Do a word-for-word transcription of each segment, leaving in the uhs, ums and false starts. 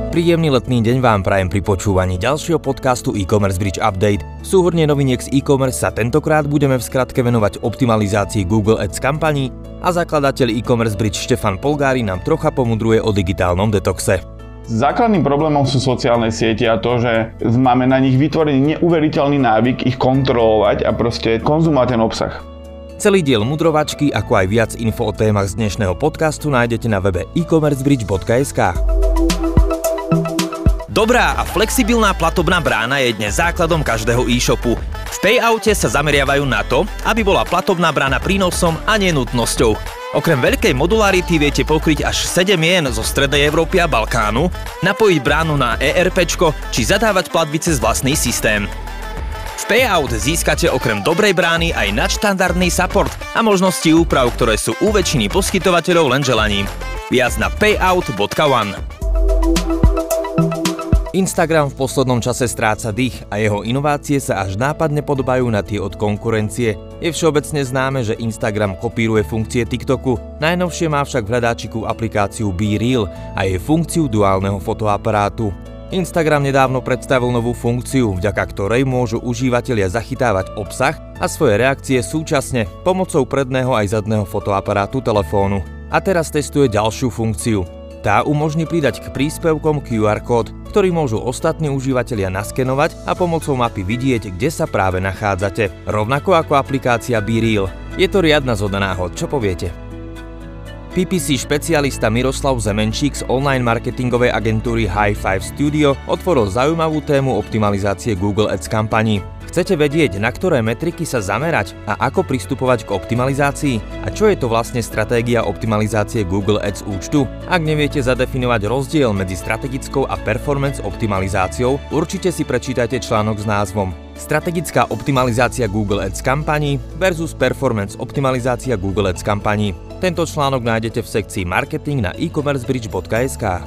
Príjemný letný deň vám prajem pri počúvaní ďalšieho podcastu e-commerce bridge update. V súhrne noviniek z e-commerce sa tentokrát budeme v skratke venovať optimalizácii Google Ads kampaní a zakladateľ e-commerce bridge Štefan Polgári nám trocha pomudruje o digitálnom detoxe. Základným problémom sú sociálne siete a to, že máme na nich vytvorený neuveriteľný návyk ich kontrolovať a proste konzumovať ten obsah. Celý diel mudrovačky, ako aj viac info o témach z dnešného podcastu nájdete na webe e commerce bridge bodka es ká. Dobrá a flexibilná platobná brána je dnes základom každého e-shopu. V payoute sa zameriavajú na to, aby bola platobná brána prínosom a nie nutnosťou. Okrem veľkej modularity viete pokryť až sedem mien zo strednej Európy a Balkánu, napojiť bránu na ERPčko či zadávať platby cez vlastný systém. V payout získate okrem dobrej brány aj nadštandardný support a možnosti úprav, ktoré sú u väčšiny poskytovateľov len želaním. Viac na payout bodka one. Instagram v poslednom čase stráca dých a jeho inovácie sa až nápadne podobajú na tie od konkurencie. Je všeobecne známe, že Instagram kopíruje funkcie TikToku, najnovšie má však v hľadáčiku aplikáciu BeReal a jej funkciu duálneho fotoaparátu. Instagram nedávno predstavil novú funkciu, vďaka ktorej môžu užívatelia zachytávať obsah a svoje reakcie súčasne pomocou predného aj zadného fotoaparátu telefónu. A teraz testuje ďalšiu funkciu. Tá umožní pridať k príspevkom kú ár kód, ktorý môžu ostatní užívatelia naskenovať a pomocou mapy vidieť, kde sa práve nachádzate. Rovnako ako aplikácia BeReal. Je to riadna zhoda náhod, čo poviete? pé pé cé špecialista Miroslav Zemenčík z online marketingovej agentúry High Five Studio otvoril zaujímavú tému optimalizácie Google Ads kampaní. Chcete vedieť, na ktoré metriky sa zamerať a ako pristupovať k optimalizácii? A čo je to vlastne stratégia optimalizácie Google Ads účtu? Ak neviete zadefinovať rozdiel medzi strategickou a performance optimalizáciou, určite si prečítajte článok s názvom Strategická optimalizácia Google Ads kampaní versus performance optimalizácia Google Ads kampaní. Tento článok nájdete v sekcii marketing na e commerce bridge bodka es ká.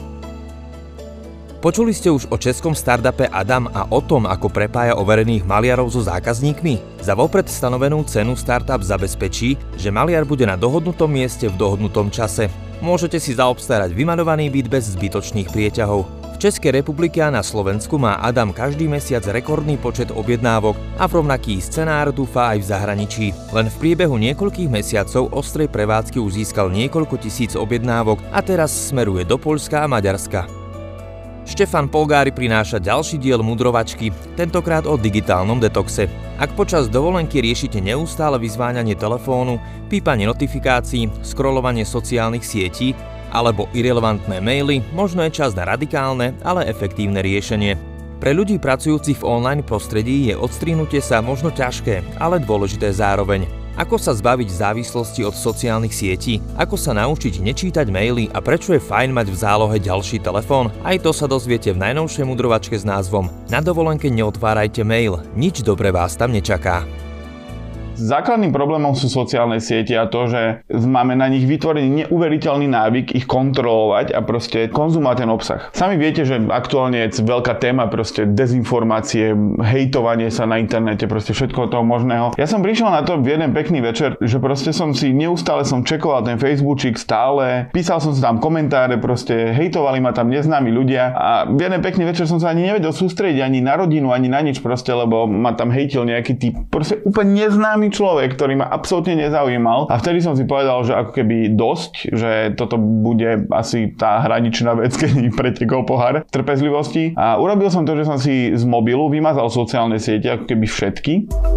Počuli ste už o českom startupe Adam a o tom, ako prepája overených maliarov so zákazníkmi? Za vopred stanovenú cenu startup zabezpečí, že maliar bude na dohodnutom mieste v dohodnutom čase. Môžete si zaobstarať vymaľovaný byt bez zbytočných prieťahov. V Českej republike a na Slovensku má Adam každý mesiac rekordný počet objednávok a v rovnaký scenár dúfa aj v zahraničí. Len v priebehu niekoľkých mesiacov ostrej prevádzky už získal niekoľko tisíc objednávok a teraz smeruje do Poľska a Maďarska. Štefan Polgári prináša ďalší diel mudrovačky, tentokrát o digitálnom detoxe. Ak počas dovolenky riešite neustále vyzváňanie telefónu, pípanie notifikácií, scrollovanie sociálnych sietí alebo irelevantné maily, možno je čas na radikálne, ale efektívne riešenie. Pre ľudí pracujúcich v online prostredí je odstrihnutie sa možno ťažké, ale dôležité zároveň. Ako sa zbaviť závislosti od sociálnych sietí, ako sa naučiť nečítať maily a prečo je fajn mať v zálohe ďalší telefón? Aj to sa dozviete v najnovšej mudrovačke s názvom Na dovolenke neotvárajte mail, nič dobré vás tam nečaká. Základným problémom sú sociálne siete a to, že máme na nich vytvorený neuveriteľný návyk ich kontrolovať a proste konzumovať ten obsah. Sami viete, že aktuálne je veľká téma proste dezinformácie, hejtovanie sa na internete, proste všetko toho možného. Ja som prišiel na to v jeden pekný večer, že proste som si neustále som čekoval ten Facebookčík stále, písal som si tam komentáre, proste hejtovali ma tam neznámi ľudia a v jeden pekný večer som sa ani nevedel sústrediť ani na rodinu, ani na nič proste, lebo ma tam hejtil nejaký typ, proste úplne neznámy človek, ktorý ma absolútne nezaujímal a vtedy som si povedal, že ako keby dosť, že toto bude asi tá hraničná vec, keď mi pretekol pohár trpezlivosti a urobil som to, že som si z mobilu vymazal sociálne siete ako keby všetky.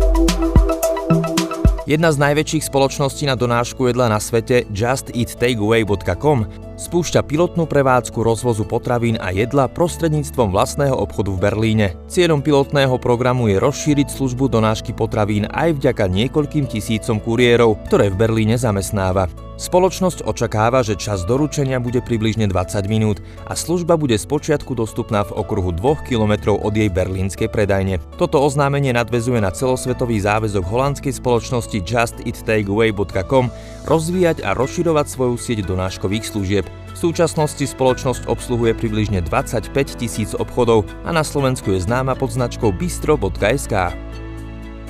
Jedna z najväčších spoločností na donášku jedla na svete, just eat takeaway bodka com, spúšťa pilotnú prevádzku rozvozu potravín a jedla prostredníctvom vlastného obchodu v Berlíne. Cieľom pilotného programu je rozšíriť službu donášky potravín aj vďaka niekoľkým tisícom kuriérov, ktoré v Berlíne zamestnáva. Spoločnosť očakáva, že čas doručenia bude približne dvadsať minút a služba bude spočiatku dostupná v okruhu dvoch kilometrov od jej berlínskej predajne. Toto oznámenie nadväzuje na celosvetový záväzok holandskej spoločnosti just eat takeaway bodka com rozvíjať a rozširovať svoju sieť donáškových služieb. V súčasnosti spoločnosť obsluhuje približne dvadsaťpäť tisíc obchodov a na Slovensku je známa pod značkou bistro bodka es ká.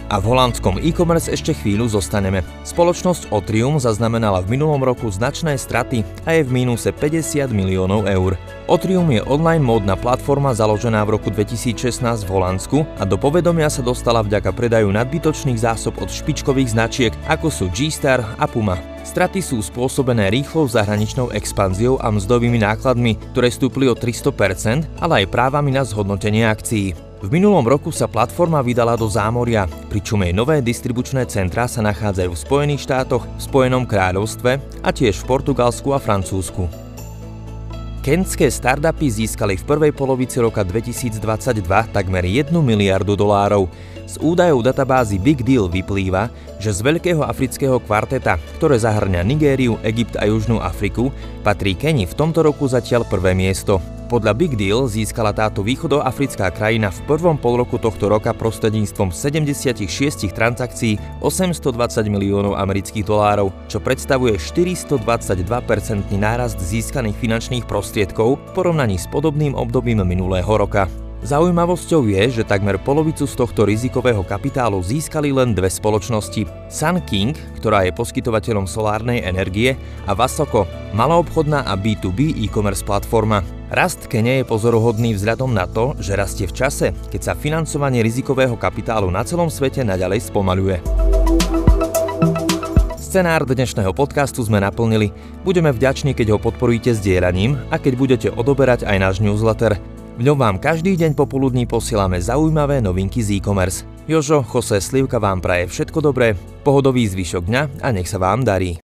A v holandskom e-commerce ešte chvíľu zostaneme. Spoločnosť Otrium zaznamenala v minulom roku značné straty a je v mínuse päťdesiat miliónov eur. Otrium je online módna platforma založená v roku dvetisícšestnásť v Holandsku a do povedomia sa dostala vďaka predaju nadbytočných zásob od špičkových značiek ako sú G-Star a Puma. Straty sú spôsobené rýchlou zahraničnou expanziou a mzdovými nákladmi, ktoré stúpli o tristo percent, ale aj právami na zhodnotenie akcií. V minulom roku sa platforma vydala do zámoria, pričom jej nové distribučné centrá sa nachádzajú v Spojených štátoch, v Spojenom kráľovstve a tiež v Portugalsku a Francúzsku. Kentské startupy získali v prvej polovici roka dvetisícdvadsaťdva takmer jednu miliardu dolárov. Z údajov databázy Big Deal vyplýva, že z veľkého afrického kvarteta, ktoré zahŕňa Nigériu, Egypt a Južnú Afriku, patrí Keni v tomto roku zatiaľ prvé miesto. Podľa Big Deal získala táto východoafrická krajina v prvom polroku tohto roka prostredníctvom sedemdesiatšesť transakcií osemstodvadsať miliónov amerických dolárov, čo predstavuje štyristodvadsaťdva percent nárast získaných finančných prostriedkov v porovnaní s podobným obdobím minulého roka. Zaujímavosťou je, že takmer polovicu z tohto rizikového kapitálu získali len dve spoločnosti. Sun King, ktorá je poskytovateľom solárnej energie, a Wasoko, maloobchodná a bé dva bé e-commerce platforma. Rast Kene je pozoruhodný vzhľadom na to, že rastie v čase, keď sa financovanie rizikového kapitálu na celom svete naďalej spomaľuje. Scenár dnešného podcastu sme naplnili. Budeme vďační, keď ho podporíte zdieľaním a keď budete odoberať aj náš newsletter. V ňom vám každý deň popoludní posielame zaujímavé novinky z e-commerce. Jožo, Jose Slivka vám praje všetko dobré, pohodový zvyšok dňa a nech sa vám darí.